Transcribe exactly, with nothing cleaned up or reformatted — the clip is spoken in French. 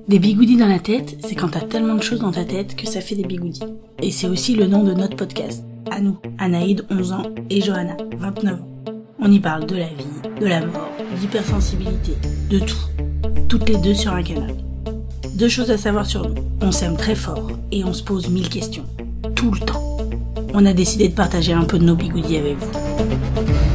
Des bigoudis dans la tête, c'est quand t'as tellement de choses dans ta tête que ça fait des bigoudis. Et c'est aussi le nom de notre podcast. À nous, Anaïd, onze ans, et Johanna, vingt-neuf ans. On y parle de la vie, de la mort, d'hypersensibilité, de tout. Toutes les deux sur un canal. Deux choses à savoir sur nous. On s'aime très fort et on se pose mille questions. Tout le temps. On a décidé de partager un peu de nos bigoudis avec vous.